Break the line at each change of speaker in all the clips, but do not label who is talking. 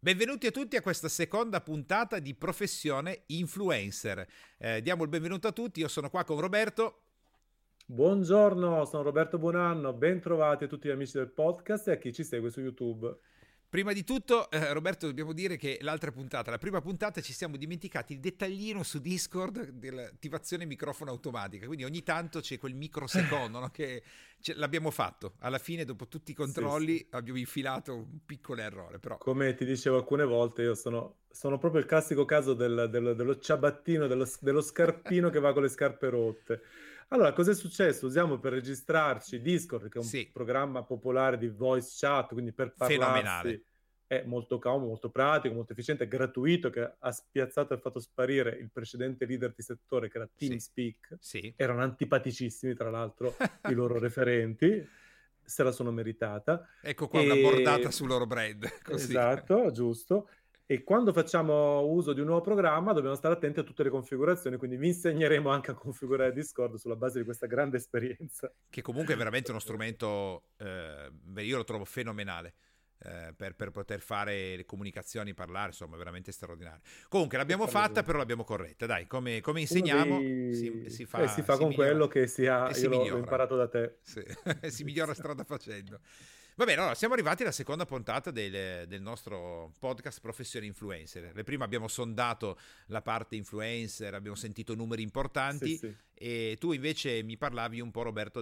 Benvenuti a tutti a questa seconda puntata di Professione Influencer. Diamo il benvenuto a tutti, io sono qua con Roberto.
Buongiorno, sono Roberto Buonanno, ben trovati a tutti gli amici del podcast e a chi ci segue su YouTube.
Prima di tutto, Roberto, dobbiamo dire che la prima puntata, ci siamo dimenticati il dettaglino su Discord dell'attivazione microfono automatica, quindi ogni tanto c'è quel microsecondo, no, che l'abbiamo fatto. Alla fine, dopo tutti i
Sì,
controlli,
sì.
abbiamo infilato un piccolo errore, però...
Come ti dicevo alcune volte, io sono proprio il classico caso dello ciabattino, dello scarpino che va con le scarpe rotte. Allora, cos'è successo? Usiamo per registrarci Discord, che è un
Sì,
programma popolare di voice chat, quindi per
fenomenale.
parlarsi è molto comodo, molto pratico, molto efficiente, gratuito, che ha spiazzato e fatto sparire il precedente leader di settore, che era
Sì,
TeamSpeak.
sì.
Erano antipaticissimi, tra l'altro, i loro referenti, se la sono meritata.
Ecco qua una bordata
E...
sul loro brand, così.
Esatto, giusto. E quando facciamo uso di un nuovo programma dobbiamo stare attenti a tutte le configurazioni, quindi vi insegneremo anche a configurare Discord sulla base di questa grande esperienza.
Che comunque è veramente uno strumento, io lo trovo fenomenale. Per poter fare le comunicazioni, parlare, insomma, è veramente straordinario. Comunque
Per
l'abbiamo
fare le
fatta,
voci.
però l'abbiamo corretta. Dai, come
Uno
insegniamo,
dei... si fa
si
con
migliora
quello che si
e
ha,
si
io l'ho
migliora.
imparato da te.
Sì, si migliora strada facendo. Va bene, allora siamo arrivati alla seconda puntata del nostro podcast Professione Influencer. Le prima abbiamo sondato la parte influencer, abbiamo sentito numeri
Sì,
importanti
sì.
e tu invece mi parlavi un po', Roberto,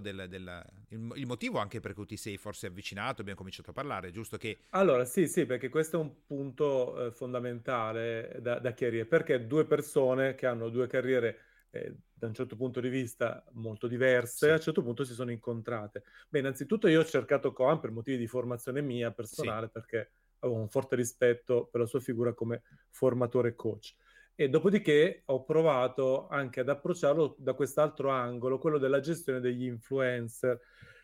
il motivo anche per cui ti sei forse avvicinato, abbiamo cominciato a parlare, giusto che...
Allora, sì, sì, perché questo è un punto fondamentale da chiarire, perché due persone che hanno due carriere da un certo punto di vista molto diverse, a
Sì,
un certo punto si sono incontrate. Beh, innanzitutto io ho cercato Coan per motivi di formazione mia
sì,
personale, perché avevo un forte rispetto per la sua figura come formatore e coach. E dopodiché ho provato anche ad approcciarlo da quest'altro angolo, quello della gestione degli influencer.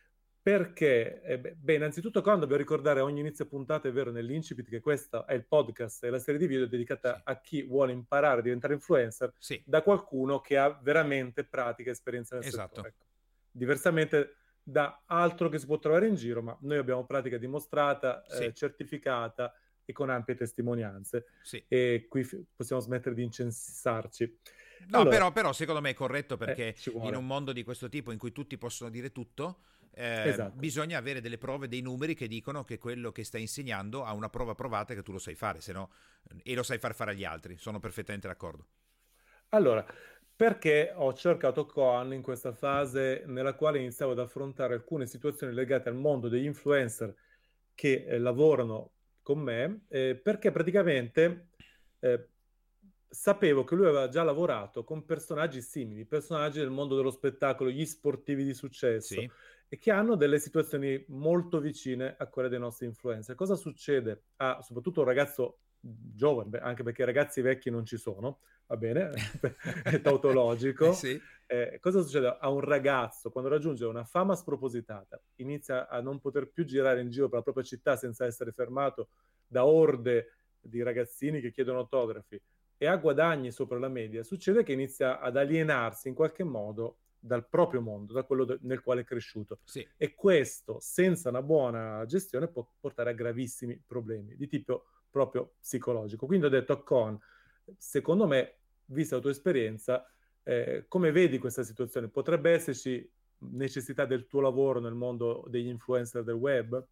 Perché, beh, innanzitutto qua dobbiamo ricordare a ogni inizio puntata, è vero, nell'incipit, che questo è il podcast e la serie di video dedicata
sì,
a chi vuole imparare a diventare influencer
sì,
da qualcuno che ha veramente pratica e esperienza nel
esatto.
settore. Ecco. Diversamente da altro che si può trovare in giro, ma noi abbiamo pratica dimostrata,
Sì,
certificata e con ampie testimonianze.
sì.
E qui possiamo smettere di incensarci.
No,
Allora,
però secondo me è corretto perché
ci
in un
vuole.
mondo di questo tipo in cui tutti possono dire tutto,
Esatto.
bisogna avere delle prove, dei numeri che dicono che quello che stai insegnando ha una prova provata che tu lo sai fare, se no, e lo sai far fare agli altri. Sono perfettamente d'accordo.
Allora, perché ho cercato Coan in questa fase nella quale iniziavo ad affrontare alcune situazioni legate al mondo degli influencer che lavorano con me, perché praticamente eh, sapevo che lui aveva già lavorato con personaggi simili, personaggi del mondo dello spettacolo, gli sportivi di successo,
Sì,
e che hanno delle situazioni molto vicine a quelle dei nostri influencer. Cosa succede a soprattutto un ragazzo giovane, beh, anche perché ragazzi vecchi non ci sono, va bene, è tautologico.
sì,
Cosa succede a un ragazzo quando raggiunge una fama spropositata, inizia a non poter più girare in giro per la propria città senza essere fermato da orde di ragazzini che chiedono autografi e ha guadagni sopra la media, succede che inizia ad alienarsi in qualche modo dal proprio mondo, da quello nel quale è cresciuto.
sì.
E questo, senza una buona gestione, può portare a gravissimi problemi di tipo proprio psicologico. Quindi ho detto a Con, secondo me, vista la tua esperienza, come vedi questa situazione? Potrebbe esserci necessità del tuo lavoro nel mondo degli influencer del web?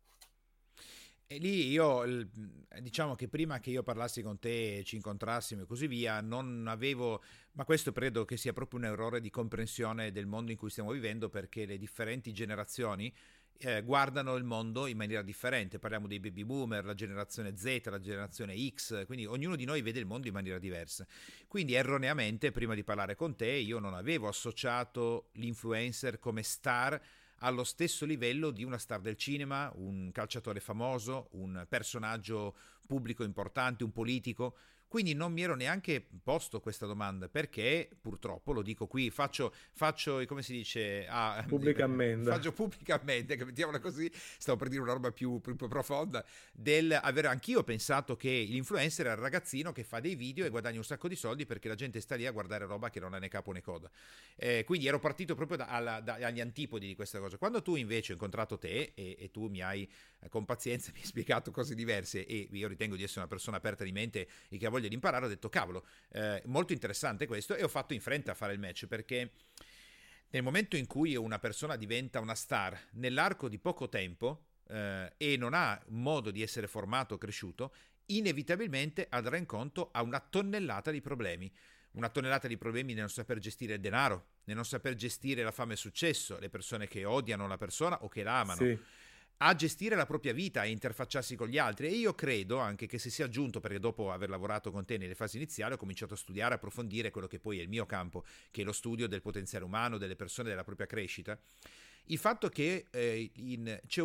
E lì io, diciamo che prima che io parlassi con te, ci incontrassimo e così via, non avevo, ma questo credo che sia proprio un errore di comprensione del mondo in cui stiamo vivendo perché le differenti generazioni guardano il mondo in maniera differente. Parliamo dei baby boomer, la generazione Z, la generazione X, quindi ognuno di noi vede il mondo in maniera diversa. Quindi erroneamente, prima di parlare con te, io non avevo associato l'influencer come star allo stesso livello di una star del cinema, un calciatore famoso, un personaggio pubblico importante, un politico. Quindi non mi ero neanche posto questa domanda, perché purtroppo, lo dico qui, faccio come si dice,
Pubblicamente.
faccio pubblicamente, che mettiamola così, stavo per dire una roba più profonda, del aver anch'io pensato che l'influencer è il ragazzino che fa dei video e guadagna un sacco di soldi perché la gente sta lì a guardare roba che non ha né capo né coda. Quindi ero partito proprio agli antipodi di questa cosa. Quando tu invece ho incontrato te e tu mi hai con pazienza mi hai spiegato cose diverse e io ritengo di essere una persona aperta di mente e che ha voglia di imparare, ho detto cavolo, molto interessante questo, e ho fatto in fretta a fare il match, perché nel momento in cui una persona diventa una star nell'arco di poco tempo e non ha modo di essere formato o cresciuto, inevitabilmente andrà incontro a una tonnellata di problemi. Una tonnellata di problemi nel non saper gestire il denaro, nel non saper gestire la fame e il successo, le persone che odiano la persona o che la amano,
Sì.
a gestire la propria vita, a interfacciarsi con gli altri. E io credo anche che si sia aggiunto, perché dopo aver lavorato con te nelle fasi iniziali ho cominciato a studiare, approfondire quello che poi è il mio campo, che è lo studio del potenziale umano, delle persone, della propria crescita, il fatto che c'è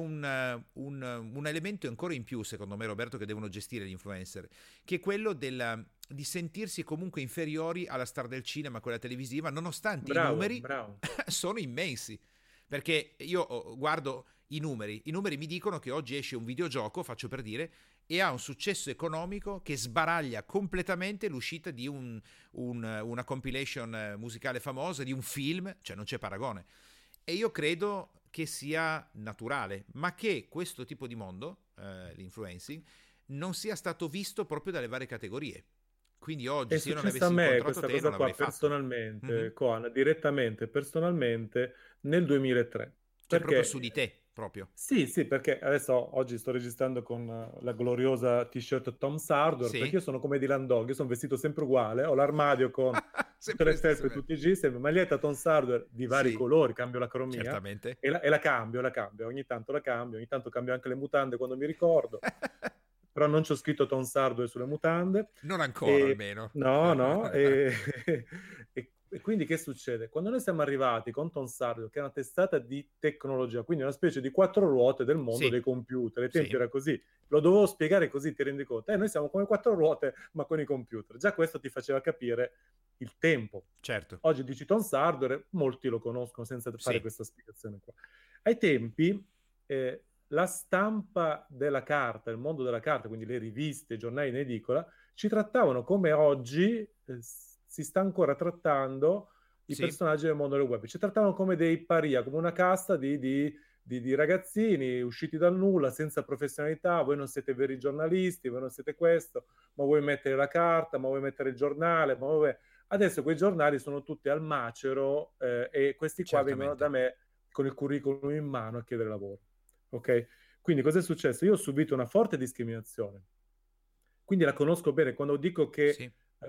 un elemento ancora in più, secondo me, Roberto, che devono gestire gli influencer, che è quello di sentirsi comunque inferiori alla star del cinema, quella televisiva, nonostante i
Bravo,
numeri
bravo.
sono immensi. Perché io guardo i numeri mi dicono che oggi esce un videogioco, faccio per dire, e ha un successo economico che sbaraglia completamente l'uscita di una compilation musicale famosa, di un film, cioè non c'è paragone. E io credo che sia naturale, ma che questo tipo di mondo, l'influencing, non sia stato visto proprio dalle varie categorie. Quindi oggi,
È
se io non
successa a
avessi
me
incontrato
questa
te, non
cosa qua
l'avrei fatto.
personalmente,
Mhm.
Coan, direttamente, personalmente, nel 2003.
Cioè proprio su
Perché
di te, proprio.
sì, sì, perché adesso oggi sto registrando con la gloriosa t-shirt Tom Sardor, perché
Sì?
io sono come Dylan Dog, io sono vestito sempre uguale, ho l'armadio con tutte
Sempre
le
le stesse
felpe,
cose.
tutti i jeans, maglietta Tom Sardor di vari
Sì,
colori, cambio la cromia
certamente.
e la cambio, ogni tanto la cambio, ogni tanto cambio anche le mutande quando mi ricordo, però non c'ho scritto Tom Sardor sulle mutande.
Non ancora,
E,
almeno.
no, no, e quindi che succede? Quando noi siamo arrivati con Tom Sardor, che è una testata di tecnologia, quindi una specie di quattro ruote del mondo
Sì,
dei computer, ai tempi
sì,
era così, lo dovevo spiegare così, ti rendi conto? Noi siamo come quattro ruote, ma con i computer. Già questo ti faceva capire il tempo.
certo.
Oggi dici Tom Sardor, molti lo conoscono senza fare
Sì,
questa spiegazione qua. Ai tempi, la stampa della carta, il mondo della carta, quindi le riviste, i giornali in edicola, ci trattavano come oggi si sta ancora trattando i
sì,
personaggi del mondo del web. Ci trattavano come dei paria, come una casta di ragazzini usciti dal nulla, senza professionalità. Voi non siete veri giornalisti, voi non siete questo, ma vuoi mettere la carta, ma vuoi mettere il giornale, ma vuoi... Adesso quei giornali sono tutti al macero e questi qua vengono da
certamente.
me con il curriculum in mano a chiedere lavoro. Ok? Quindi cosa è successo? Io ho subito una forte discriminazione. Quindi la conosco bene. Quando dico che
Sì,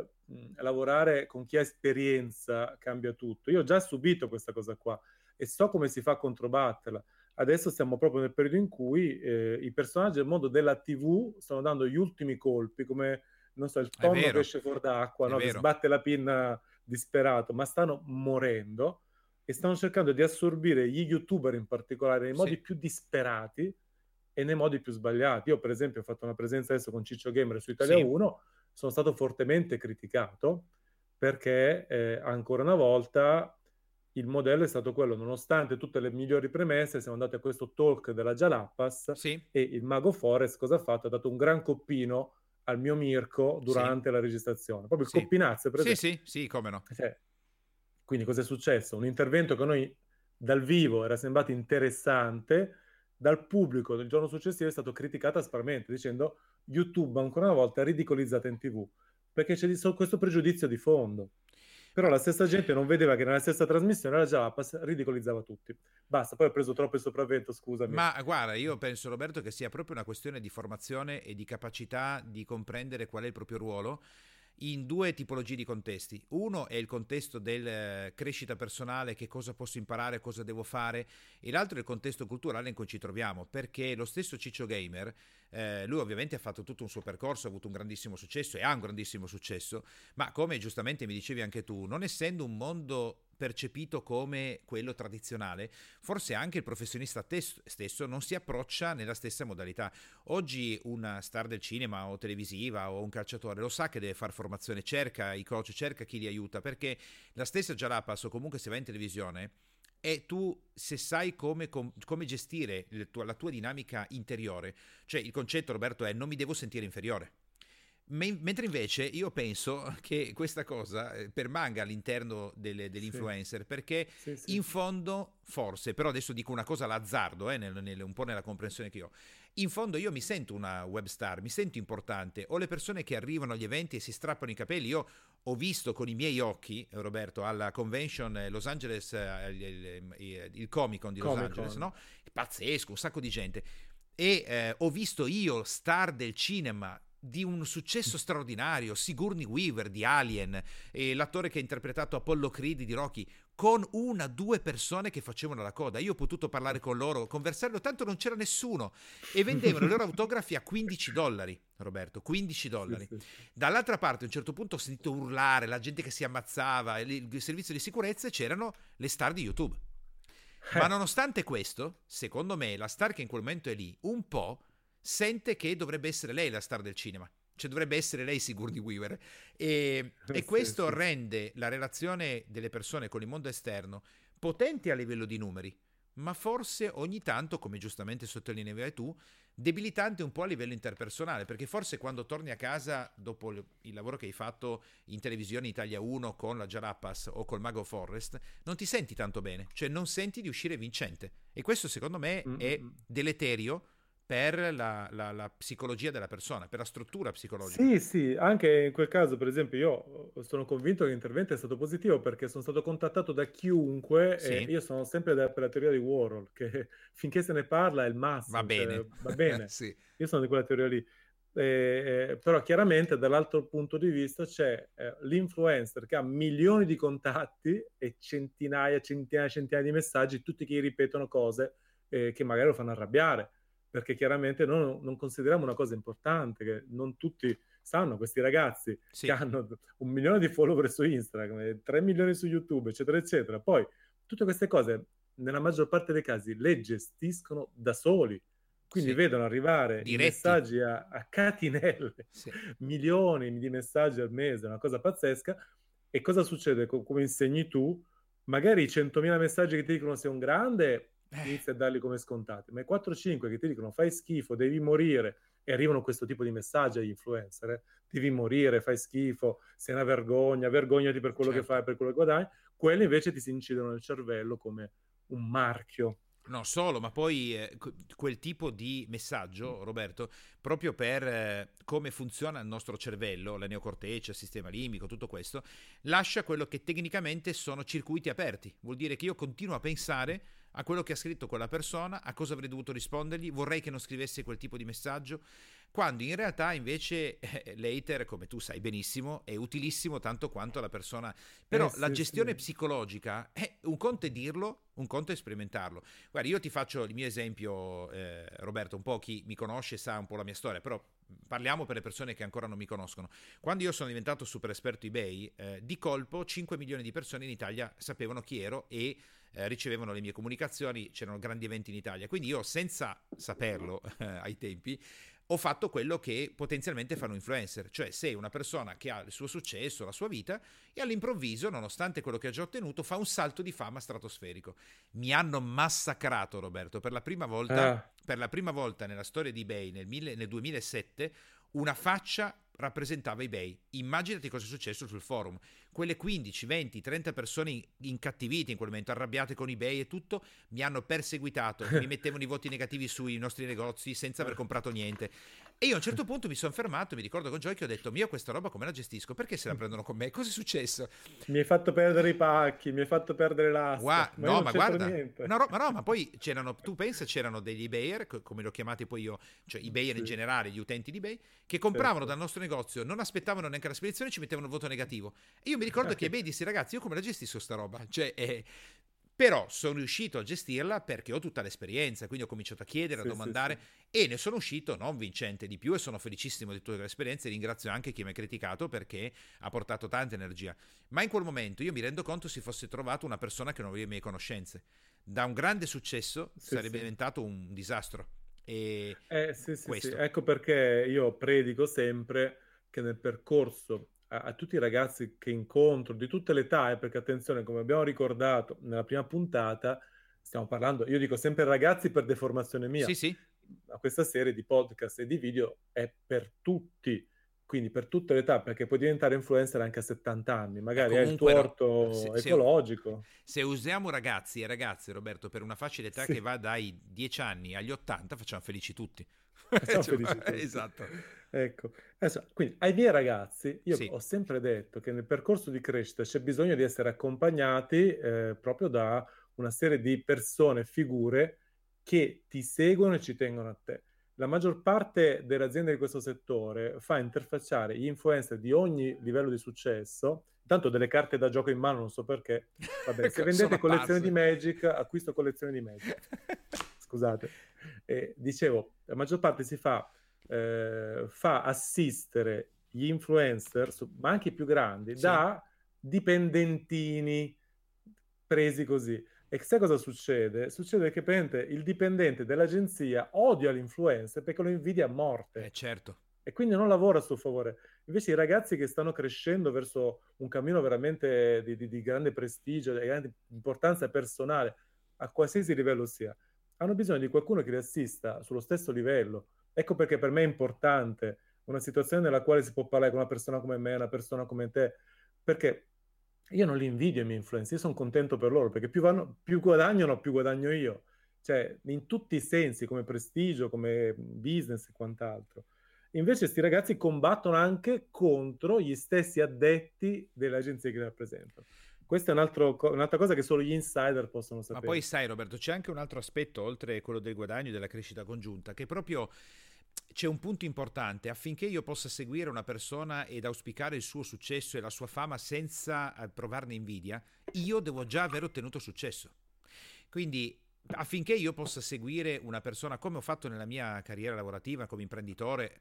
lavorare con chi ha esperienza cambia tutto, io ho già subito questa cosa qua e so come si fa a controbatterla. Adesso siamo proprio nel periodo in cui i personaggi del mondo della TV stanno dando gli ultimi colpi, come non so, il
è
tonno che
vero,
esce fuori d'acqua,
è
no? Che
vero.
sbatte la pinna disperato, ma stanno morendo e stanno cercando di assorbire gli youtuber in particolare nei modi
Sì,
più disperati e nei modi più sbagliati. Io, per esempio, ho fatto una presenza adesso con Ciccio Gamer su Italia
sì,
1, sono stato fortemente criticato perché ancora una volta il modello è stato quello, nonostante tutte le migliori premesse, siamo andati a questo talk della Jalapas
sì,
e il mago Forest cosa ha fatto? Ha dato un gran coppino al mio Mirko
sì,
durante la registrazione, proprio il
sì.
coppinazzo, è
Sì,
presente?
sì, sì, come no.
Cioè, quindi cosa è successo? Un intervento che a noi dal vivo era sembrato interessante, dal pubblico del giorno successivo è stato criticato aspramente, dicendo YouTube ancora una volta è ridicolizzata in TV, perché c'è questo pregiudizio di fondo. Però
Ma
la stessa gente non vedeva che nella stessa trasmissione la Jalapas ridicolizzava tutti. Basta, poi ho preso troppo il sopravvento, scusami.
Ma guarda, io penso, Roberto, che sia proprio una questione di formazione e di capacità di comprendere qual è il proprio ruolo in due tipologie di contesti. Uno è il contesto del crescita personale, che cosa posso imparare, cosa devo fare, e l'altro è il contesto culturale in cui ci troviamo, perché lo stesso Ciccio Gamer, lui ovviamente ha fatto tutto un suo percorso, ha avuto un grandissimo successo e ha un grandissimo successo, ma come giustamente mi dicevi anche tu, non essendo un mondo percepito come quello tradizionale, forse anche il professionista stesso non si approccia nella stessa modalità. Oggi una star del cinema o televisiva o un calciatore lo sa che deve fare formazione, cerca i coach, cerca chi li aiuta, perché la stessa Jalapas o comunque se va in televisione, e tu se sai come gestire la tua dinamica interiore, cioè il concetto, Roberto, è non mi devo sentire inferiore. Mentre invece io penso che questa cosa permanga all'interno dell'influencer, sì, perché sì, sì, in fondo, forse, però adesso dico una cosa all'azzardo, un po' nella comprensione che ho, in fondo io mi sento una web star, mi sento importante, ho le persone che arrivano agli eventi e si strappano i capelli, io ho visto con i miei occhi, Roberto, alla convention Los Angeles, il Comic Con di Los Angeles, no? Pazzesco, un sacco di gente, e ho visto io star del cinema di un successo straordinario, Sigourney Weaver di Alien, e l'attore che ha interpretato Apollo Creed di Rocky, con 1-2 persone che facevano la coda. Io ho potuto parlare con loro, conversarlo, tanto non c'era nessuno, e vendevano i loro autografi a $15, Roberto, $15. Sì, sì. Dall'altra parte a un certo punto ho sentito urlare, la gente che si ammazzava, il servizio di sicurezza, e c'erano le star di YouTube. Ma nonostante questo, secondo me la star che in quel momento è lì un po' sente che dovrebbe essere lei la star del cinema, cioè dovrebbe essere lei Sigourney Weaver, e questo rende la relazione delle persone con il mondo esterno potente a livello di numeri, ma forse ogni tanto, come giustamente sottolineavi tu, debilitante un po' a livello interpersonale, perché forse quando torni a casa dopo il lavoro che hai fatto in televisione Italia 1 con la Jalapas o col Mago Forrest, non ti senti tanto bene, cioè non senti di uscire vincente, e questo secondo me è deleterio per la psicologia della persona, per la struttura psicologica.
Sì, sì, anche in quel caso, per esempio, io sono convinto che l'intervento è stato positivo perché sono stato contattato da chiunque, sì, e io sono sempre per la teoria di Warhol, che finché se ne parla è il massimo.
Va bene.
Cioè, va bene.
Sì.
Io sono di quella teoria lì. Però chiaramente dall'altro punto di vista c'è l'influencer che ha milioni di contatti e centinaia di messaggi, tutti che gli ripetono cose che magari lo fanno arrabbiare, perché chiaramente noi non consideriamo una cosa importante, che non tutti sanno, questi ragazzi, sì, che hanno 1 milione di follower su Instagram, 3 milioni su YouTube, eccetera, eccetera. Poi tutte queste cose, nella maggior parte dei casi, le gestiscono da soli. Quindi sì, vedono arrivare i messaggi a catinelle, sì, milioni di messaggi al mese, una cosa pazzesca. E cosa succede? Come insegni tu, magari i 100.000 messaggi che ti dicono sei un grande, inizi a darli come scontati, ma i 4-5 che ti dicono fai schifo, devi morire, e arrivano questo tipo di messaggi agli influencer, devi morire, fai schifo, sei una vergogna, vergognati per quello, certo, che fai, per quello che guadagni, quelli invece ti si incidono nel cervello come un marchio.
Non solo, ma poi quel tipo di messaggio, Roberto, proprio per come funziona il nostro cervello, la neocorteccia, il sistema limbico, tutto questo, lascia quello che tecnicamente sono circuiti aperti. Vuol dire che io continuo a pensare a quello che ha scritto quella persona, a cosa avrei dovuto rispondergli, vorrei che non scrivesse quel tipo di messaggio, quando in realtà invece l'hater, come tu sai benissimo, è utilissimo tanto quanto la persona. Però la gestione psicologica è un conto è dirlo, un conto è sperimentarlo. Guarda, io ti faccio il mio esempio, Roberto, un po' chi mi conosce sa un po' la mia storia, però parliamo per le persone che ancora non mi conoscono. Quando io sono diventato super esperto eBay, di colpo 5 milioni di persone in Italia sapevano chi ero e ricevevano le mie comunicazioni, c'erano grandi eventi in Italia, quindi io senza saperlo ai tempi ho fatto quello che potenzialmente fanno influencer, cioè sei una persona che ha il suo successo, la sua vita, e all'improvviso, nonostante quello che ha già ottenuto, fa un salto di fama stratosferico. Mi hanno massacrato, Roberto, per la prima volta nella storia di eBay nel 2007 una faccia rappresentava eBay. Immaginati cosa è successo sul forum. Quelle 15, 20, 30 persone incattivite in quel momento, arrabbiate con eBay e tutto, mi hanno perseguitato, mi mettevano i voti negativi sui nostri negozi senza aver comprato niente. E io a un certo punto mi sono fermato, mi ricordo con Joy che ho detto: io questa roba come la gestisco? Perché se la prendono con me? Cosa è successo?
Mi hai fatto perdere i pacchi, mi hai fatto perdere l'asta.
Ma poi c'erano, tu pensa, c'erano degli eBayer, come li ho chiamati poi io, cioè eBayer in generale, gli utenti di eBay, che compravano dal nostro negozio, non aspettavano neanche la spedizione, ci mettevano il voto negativo. E io mi ricordo che eBay disse: ragazzi, io come la gestisco sta roba? Cioè Però sono riuscito a gestirla perché ho tutta l'esperienza, quindi ho cominciato a chiedere, a
Sì, sì,
domandare,
sì.
e ne sono uscito non vincente di più, e sono felicissimo di tutte le esperienze. Ringrazio anche chi mi ha criticato perché ha portato tanta energia. Ma in quel momento io mi rendo conto si fosse trovato una persona che non aveva le mie conoscenze. Da un grande successo
Sì,
sarebbe
sì.
diventato un disastro. E
Sì, sì, sì.
questo.
Ecco perché io predico sempre che nel percorso a tutti i ragazzi che incontro, di tutte le età, perché attenzione, come abbiamo ricordato nella prima puntata, stiamo parlando, io dico sempre ragazzi per deformazione
Sì,
mia,
sì.
ma questa serie di podcast e di video è per tutti, quindi per tutte le età, perché puoi diventare influencer anche a 70 anni, magari hai il tuo
Comunque,
orto ecologico.
se usiamo ragazzi e ragazze, Roberto, per una fascia d'età che
Sì.
va dai 10 anni agli 80, facciamo felici tutti.
Siamo
Cioè,
felici tutti.
esatto.
Ecco, adesso, quindi ai miei ragazzi, io
Sì,
ho sempre detto che nel percorso di crescita c'è bisogno di essere accompagnati proprio da una serie di persone, figure che ti seguono e ci tengono a te. La maggior parte delle aziende di questo settore fa interfacciare gli influencer di ogni livello di successo, tanto delle carte da gioco in mano, non so perché. Va bene, se
sono
vendete collezioni di
apparse.
Magic, acquisto collezioni di Magic. Scusate. Dicevo, la maggior parte fa assistere gli influencer, ma anche i più grandi,
Sì,
da dipendentini presi così. E sai cosa succede? Succede che praticamente il dipendente dell'agenzia odia l'influencer perché lo invidia a morte
certo.
e quindi non lavora a suo favore. Invece i ragazzi che stanno crescendo verso un cammino veramente di grande prestigio, di grande importanza personale, a qualsiasi livello sia, hanno bisogno di qualcuno che li assista sullo stesso livello. Ecco perché per me è importante una situazione nella quale si può parlare con una persona come me, una persona come te, perché io non li invidio i miei influencer, io sono contento per loro, perché più guadagnano, più guadagno io. Cioè, in tutti i sensi, come prestigio, come business e quant'altro. Invece sti ragazzi combattono anche contro gli stessi addetti delle agenzie che li rappresentano. Questa è un'altra cosa che solo gli insider possono
Ma poi
sapere.
sai, Roberto, c'è anche un altro aspetto, oltre quello del guadagno e della crescita congiunta, che proprio c'è un punto importante: affinché io possa seguire una persona ed auspicare il suo successo e la sua fama senza provarne invidia, io devo già aver ottenuto successo. Quindi, affinché io possa seguire una persona, come ho fatto nella mia carriera lavorativa come imprenditore,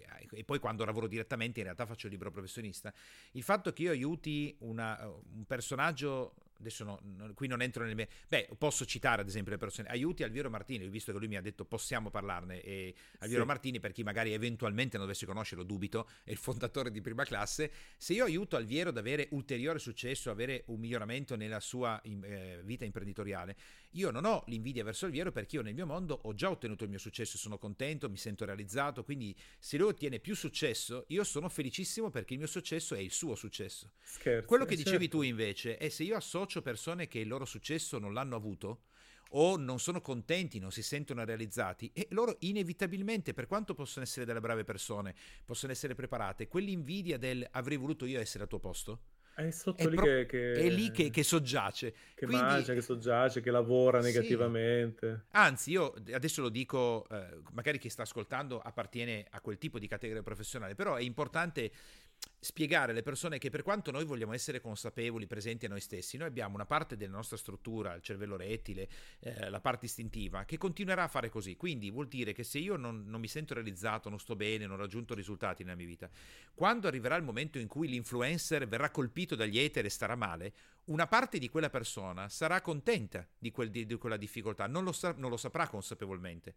e poi quando lavoro direttamente in realtà faccio il libero professionista, il fatto che io aiuti un personaggio, adesso qui non entro nel mio, beh, posso citare ad esempio le persone, aiuti Alviero Martini, visto che lui mi ha detto possiamo parlarne, e Alviero
Sì,
Martini, per chi magari eventualmente non dovesse conoscerlo, dubito, è il fondatore di Prima Classe. Se io aiuto Alviero ad avere ulteriore successo, avere un miglioramento nella sua vita imprenditoriale, io non ho l'invidia verso Alviero, perché io nel mio mondo ho già ottenuto il mio successo, sono contento, mi sento realizzato, quindi se lui ottiene più successo, io sono felicissimo perché il mio successo è il suo successo.
scherzi,
Quello che dicevi tu
certo.
invece è: se io associo persone che il loro successo non l'hanno avuto o non sono contenti, non si sentono realizzati, e loro inevitabilmente, per quanto possono essere delle brave persone, possono essere preparate, quell'invidia del avrei voluto io essere al tuo posto
È
è,
sotto lì
è lì che soggiace.
che
Quindi
mangia, che soggiace, che lavora
sì.
negativamente.
Anzi, io adesso lo dico, magari chi sta ascoltando appartiene a quel tipo di categoria professionale, però è importante spiegare alle persone che, per quanto noi vogliamo essere consapevoli, presenti a noi stessi, noi abbiamo una parte della nostra struttura, il cervello rettile, la parte istintiva, che continuerà a fare così. Quindi vuol dire che se io non mi sento realizzato, non sto bene, non ho raggiunto risultati nella mia vita, quando arriverà il momento in cui l'influencer verrà colpito dagli hater e starà male, una parte di quella persona sarà contenta di quella difficoltà, non lo saprà consapevolmente,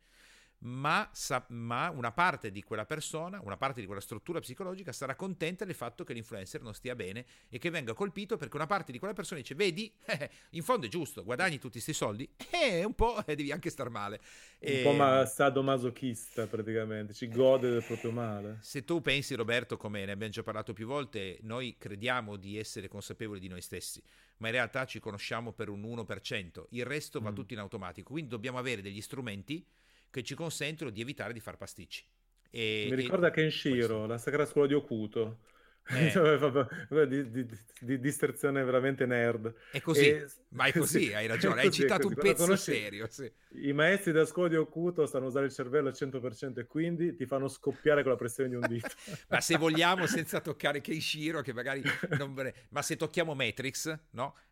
ma una parte di quella persona, una parte di quella struttura psicologica sarà contenta del fatto che l'influencer non stia bene e che venga colpito, perché una parte di quella persona dice: vedi, in fondo è giusto, guadagni tutti questi soldi e un po' devi anche star male.
Un po'
E,
sadomasochista praticamente, ci gode del proprio male.
se tu pensi, Roberto, come ne abbiamo già parlato più volte, noi crediamo di essere consapevoli di noi stessi, ma in realtà ci conosciamo per un 1%, il resto va
Mm.
tutto in automatico, quindi dobbiamo avere degli strumenti che ci consentono di evitare di far pasticci.
Mi
E
ricorda
questo.
Kenshiro, la Sacra Scuola di Okuto.
Eh,
Vabbè, di distrazione veramente nerd.
è così,
E,
ma è
sì,
così, hai
è
ragione, hai
così, è
citato
così.
un
Quando
pezzo
conosci
serio, sì.
i maestri della scuola di Okuto stanno a usare il cervello al 100% e quindi ti fanno scoppiare con la pressione di un dito.
Ma se vogliamo, senza toccare Keishiro, che magari non. Ma se tocchiamo Matrix, no?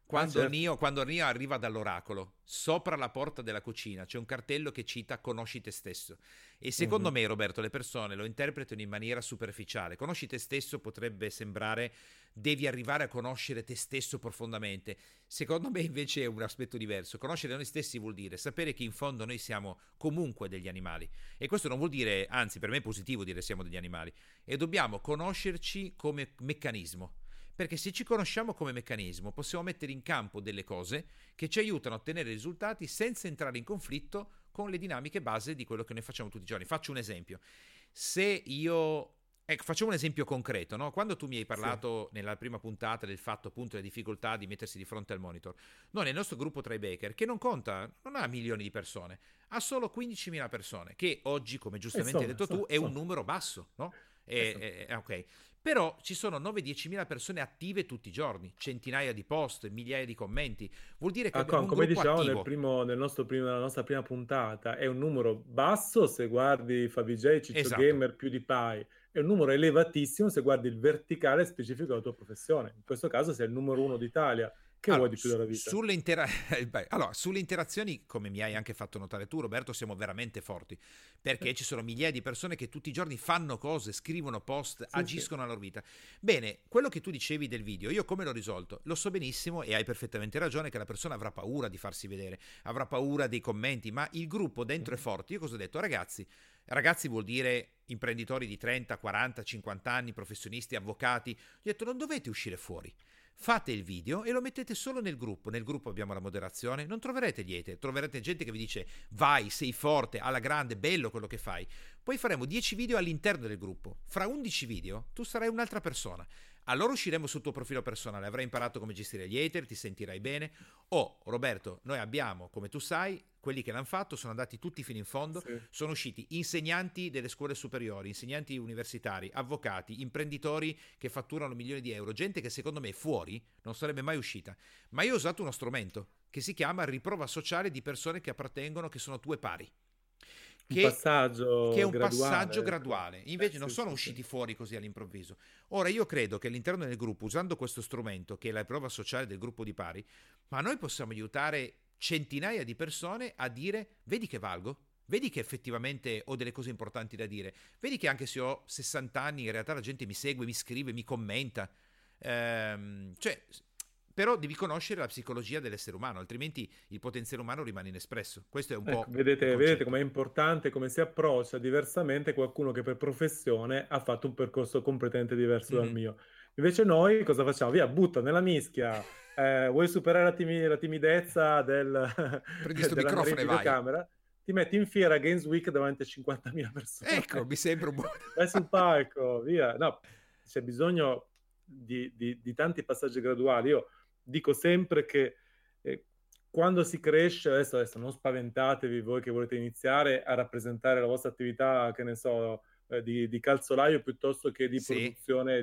certo.
Quando Neo arriva dall'oracolo, sopra la porta della cucina c'è un cartello che cita conosci te stesso. E secondo
Mhm.
me, Roberto, le persone lo interpretano in maniera superficiale. Conosci te stesso potrebbe sembrare devi arrivare a conoscere te stesso profondamente. Secondo me invece è un aspetto diverso. Conoscere noi stessi vuol dire sapere che in fondo noi siamo comunque degli animali. E questo non vuol dire, anzi per me è positivo dire siamo degli animali. E dobbiamo conoscerci come meccanismo. Perché se ci conosciamo come meccanismo possiamo mettere in campo delle cose che ci aiutano a ottenere risultati senza entrare in conflitto con le dinamiche base di quello che noi facciamo tutti i giorni. Faccio un esempio. Se io... Ecco, facciamo un esempio concreto, no? Quando tu mi hai
Sì.
parlato nella prima puntata del fatto appunto della difficoltà di mettersi di fronte al monitor, noi nel nostro gruppo Try Baker, che non conta, non ha milioni di persone, ha solo 15.000 persone, che oggi, come giustamente hai
Insomma,
detto tu, è un
insomma,
numero basso, no?
insomma.
Ok. Però ci sono 9-10 mila persone attive tutti i giorni, centinaia di post, migliaia di commenti. Vuol dire che abbiamo un
Come
gruppo
dicevamo
attivo.
nella nostra prima puntata, è un numero basso se guardi Favij, Ciccio
Esatto.
Gamer, PewDiePie, è un numero elevatissimo se guardi il verticale specifico della tua professione. In questo caso sei il numero uno d'Italia. Che
Allora,
vuoi di più dalla vita?
allora, sulle interazioni, come mi hai anche fatto notare tu, Roberto, siamo veramente forti, perché ci sono migliaia di persone che tutti i giorni fanno cose, scrivono post,
Sì, sì.
agiscono nella loro vita. Bene, quello che tu dicevi del video, io come l'ho risolto? Lo so benissimo e hai perfettamente ragione che la persona avrà paura di farsi vedere, avrà paura dei commenti, ma il gruppo dentro è
Mhm.
forte. Io cosa ho detto? Ragazzi vuol dire imprenditori di 30, 40, 50 anni, professionisti, avvocati. Gli ho detto non dovete uscire fuori. Fate il video e lo mettete solo nel gruppo. Nel gruppo abbiamo la moderazione. Non troverete gli hater, troverete gente che vi dice vai, sei forte, alla grande, bello quello che fai. Poi faremo 10 video all'interno del gruppo. Fra 11 video tu sarai un'altra persona. Allora usciremo sul tuo profilo personale, avrai imparato come gestire gli hater, ti sentirai bene. Oh, Roberto, noi abbiamo, come tu sai, quelli che l'hanno fatto sono andati tutti fino in fondo,
Sì.
sono usciti insegnanti delle scuole superiori, insegnanti universitari, avvocati, imprenditori che fatturano milioni di euro, gente che secondo me fuori non sarebbe mai uscita. Ma io ho usato uno strumento che si chiama riprova sociale di persone che appartengono, che sono tue pari.
Un
Che è
passaggio
un passaggio
graduale, ecco.
graduale, invece non
Sì,
sono
sì, sì.
usciti fuori così all'improvviso. Ora io credo che all'interno del gruppo, usando questo strumento che è la prova sociale del gruppo di pari, ma noi possiamo aiutare centinaia di persone a dire vedi che valgo, vedi che effettivamente ho delle cose importanti da dire, vedi che anche se ho 60 anni in realtà la gente mi segue, mi scrive, mi commenta. Cioè, però devi conoscere la psicologia dell'essere umano, altrimenti il potenziale umano rimane inespresso. Questo è un
Ecco,
po' il
vedete
concetto.
com'è importante, come si approccia diversamente qualcuno che per professione ha fatto un percorso completamente diverso dal
Mhm.
mio. Invece noi cosa facciamo? Via, butta nella mischia. Vuoi superare la timidezza
Prendi sto
dell'andare in
microfono e vai.
videocamera? Ti metti in fiera Games Week davanti a 50.000
Ecco,
persone.
mi sembra un buon...
Vai sul palco, via. No, c'è bisogno di tanti passaggi graduali. Io dico sempre che eh, quando si cresce, adesso non spaventatevi voi che volete iniziare a rappresentare la vostra attività, che ne so, di calzolaio piuttosto che di
Sì,
produzione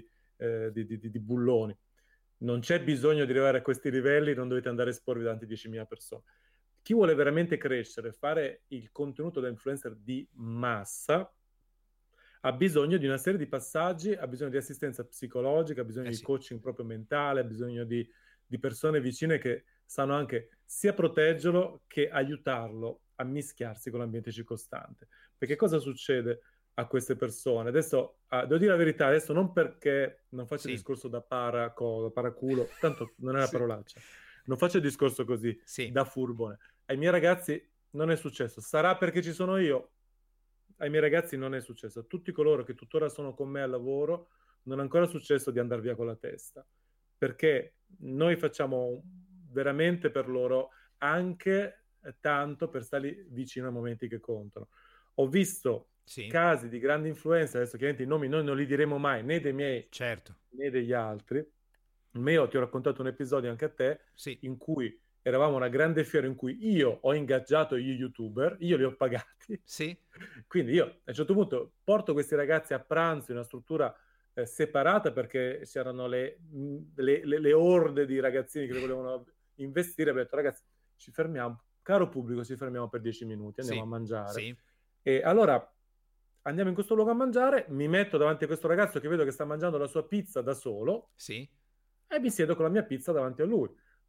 di bulloni. Non c'è bisogno di arrivare a questi livelli, non dovete andare a esporvi davanti a 10.000 persone. Chi vuole veramente crescere, fare il contenuto da influencer di massa, ha bisogno di una serie di passaggi, ha bisogno di assistenza psicologica, ha bisogno
eh
di
sì,
coaching proprio mentale, ha bisogno di persone vicine che sanno anche sia proteggerlo che aiutarlo a mischiarsi con l'ambiente circostante. Perché cosa succede a queste persone? Adesso, devo dire la verità, adesso non perché non faccio il
sì,
discorso da paraculo, tanto non è una
sì,
parolaccia, non faccio il discorso così,
sì,
da furbone. Ai miei ragazzi non è successo. Sarà perché ci sono io? Ai miei ragazzi non è successo. A tutti coloro che tuttora sono con me al lavoro non è ancora successo di andare via con la testa. Perché noi facciamo veramente per loro anche tanto per stare vicino ai momenti che contano. Ho visto
sì,
casi di grandi influenze, adesso chiaramente i nomi noi non li diremo mai, né dei miei
certo,
né degli altri, ma io ti ho raccontato un episodio anche a te
sì,
in cui eravamo una grande fiera in cui io ho ingaggiato gli YouTuber, io li ho pagati,
sì,
quindi io a un certo punto porto questi ragazzi a pranzo in una struttura separata perché c'erano le orde di ragazzini che li volevano investire, ho detto ragazzi ci fermiamo, caro pubblico ci fermiamo per 10 minuti, andiamo a
sì,
mangiare.
sì,
E allora andiamo in questo luogo a mangiare, mi metto davanti a questo ragazzo che vedo che sta mangiando la sua pizza da solo
sì,
e mi siedo con la mia pizza davanti a lui.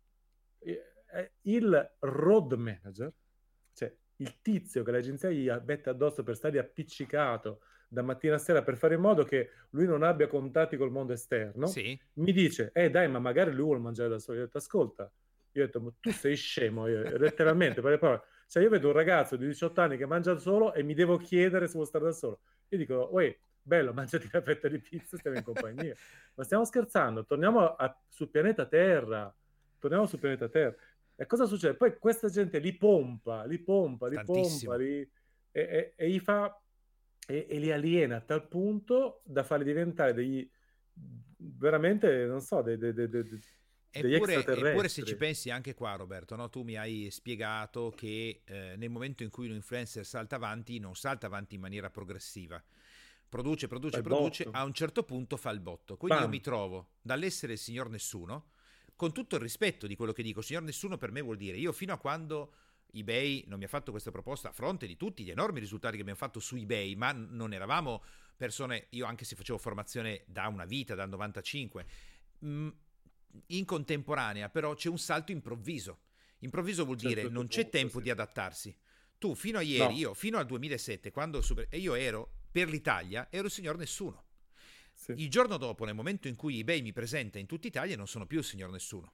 il road manager, cioè il tizio che l'agenzia gli mette addosso per stare appiccicato da mattina a sera per fare in modo che lui non abbia contatti col mondo esterno,
Sì.
mi dice, dai, ma magari lui vuole mangiare da solo. Io ho detto, ascolta, io ho detto, ma tu sei scemo, letteralmente, per le parole. Cioè io vedo un ragazzo di 18 anni che mangia da solo e mi devo chiedere se vuole stare da solo. Io dico, uè, bello, mangiati una fetta di pizza, stiamo in compagnia. Ma stiamo scherzando, torniamo sul pianeta Terra. Torniamo sul pianeta Terra. E cosa succede? Poi questa gente li pompa,
Tantissimo.
e gli fa e li aliena a tal punto da farli diventare degli veramente, non so, degli
Eppure se ci
extraterrestri.
pensi anche qua, Roberto, no? Tu mi hai spiegato che nel momento in cui un influencer salta avanti, non salta avanti in maniera progressiva. Produce,
Fai
produce,
il
produce,
botto.
a un certo punto fa il botto. Quindi io mi
Bam!
trovo dall'essere il signor nessuno, con tutto il rispetto di quello che dico, signor nessuno per me vuol dire io fino a quando eBay non mi ha fatto questa proposta, a fronte di tutti gli enormi risultati che abbiamo fatto su eBay, ma non eravamo persone, io anche se facevo formazione da una vita, dal 95, in contemporanea però c'è un salto improvviso. Improvviso vuol
C'è un
dire
certo
non c'è
punto,
tempo
sì.
di adattarsi. Tu fino a ieri,
No,
io fino al 2007, quando e io ero per l'Italia, ero il signor nessuno.
sì.
Il giorno dopo, nel momento in cui eBay mi presenta in tutta Italia, non sono più il signor nessuno.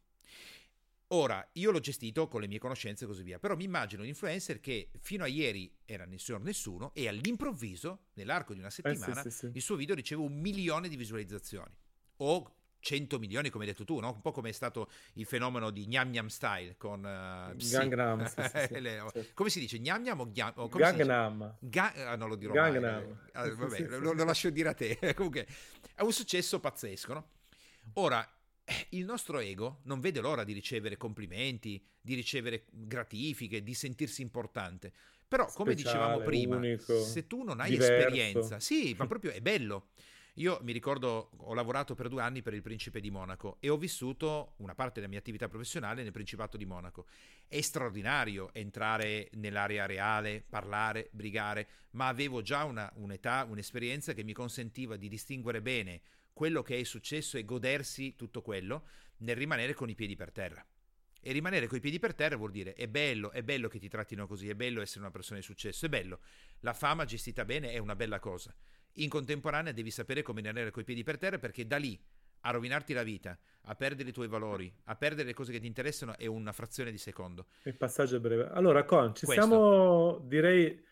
Ora, io l'ho gestito con le mie conoscenze e così via, però mi immagino un influencer che fino a ieri era il signor nessuno e all'improvviso, nell'arco di una
Sì,
settimana,
sì, sì.
il suo video riceve 1 milione di visualizzazioni. O 100 milioni, come hai detto tu, no? Un po' come è stato il fenomeno di Gnam Gnam Style con Psy.
Gangnam, sì, sì, sì. Certo.
Come si dice? Gnam Gnam o come si dice?
Gangnam.
Non lo dirò mai.
Gangnam. Sì,
Vabbè,
sì, sì.
lo lascio dire a te. Comunque, è un successo pazzesco, no? Ora, il nostro ego non vede l'ora di ricevere complimenti, di ricevere gratifiche, di sentirsi importante. Però, come dicevamo
Speciale,
prima,
unico,
se tu non hai esperienza,
diverso.
sì, ma proprio è bello. Io mi ricordo, ho lavorato per 2 anni per il Principe di Monaco e ho vissuto una parte della mia attività professionale nel Principato di Monaco. È straordinario entrare nell'area reale, parlare, brigare, ma avevo già un'età, un'esperienza che mi consentiva di distinguere bene quello che è successo e godersi tutto quello nel rimanere con i piedi per terra. E rimanere coi piedi per terra vuol dire è bello che ti trattino così, è bello essere una persona di successo, è bello. La fama gestita bene è una bella cosa. In contemporanea devi sapere come rimanere coi piedi per terra perché da lì a rovinarti la vita, a perdere i tuoi valori, a perdere le cose che ti interessano è una frazione di secondo.
Il passaggio è breve. Allora, Con, ci
Questo.
siamo, direi,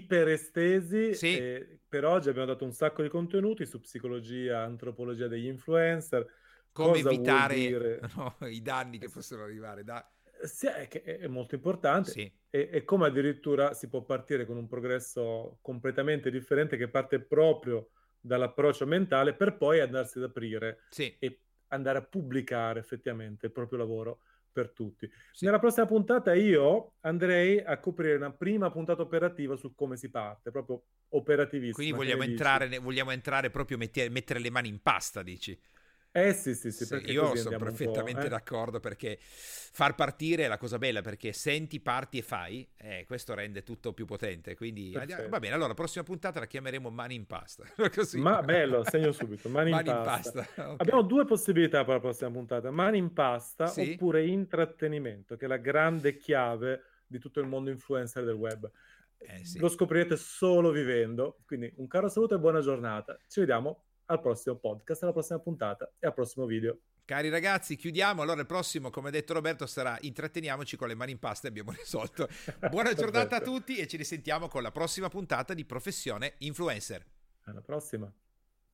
iperestesi.
Sì,
Per oggi abbiamo dato un sacco di contenuti su psicologia, antropologia degli influencer,
come
cosa vuol
evitare
dire.
no, i danni che
Es-
possono arrivare da...
Sì, che è molto importante
Sì,
e come addirittura si può partire con un progresso completamente differente che parte proprio dall'approccio mentale per poi andarsi ad aprire
sì,
e andare a pubblicare effettivamente il proprio lavoro per tutti.
sì.
Nella prossima puntata io andrei a coprire una prima puntata operativa su come si parte, proprio
Quindi
operativissima, che ne dici?
vogliamo entrare proprio mettere le mani in pasta, dici?
Sì, sì, sì,
Sì,
perché
io
così
sono
andiamo un po',
perfettamente d'accordo perché far partire è la cosa bella perché senti, parti e fai, questo rende tutto più potente. Quindi va
Perfetto.
bene, allora la prossima puntata la chiameremo Mani in pasta. Così.
Ma bello, segno subito, mani in
Mani in
pasta.
pasta, ok.
Abbiamo due possibilità per la prossima puntata, mani in pasta
Sì?
oppure intrattenimento, che è la grande chiave di tutto il mondo influencer del web.
Sì.
Lo scoprirete solo vivendo, quindi un caro saluto e buona giornata. Ci vediamo al prossimo podcast, alla prossima puntata e al prossimo video.
Cari ragazzi, chiudiamo. Allora il prossimo, come ha detto Roberto, sarà intratteniamoci con le mani in pasta e abbiamo risolto. Buona giornata a
Perfetto,
tutti e ci risentiamo con la prossima puntata di Professione Influencer.
alla prossima.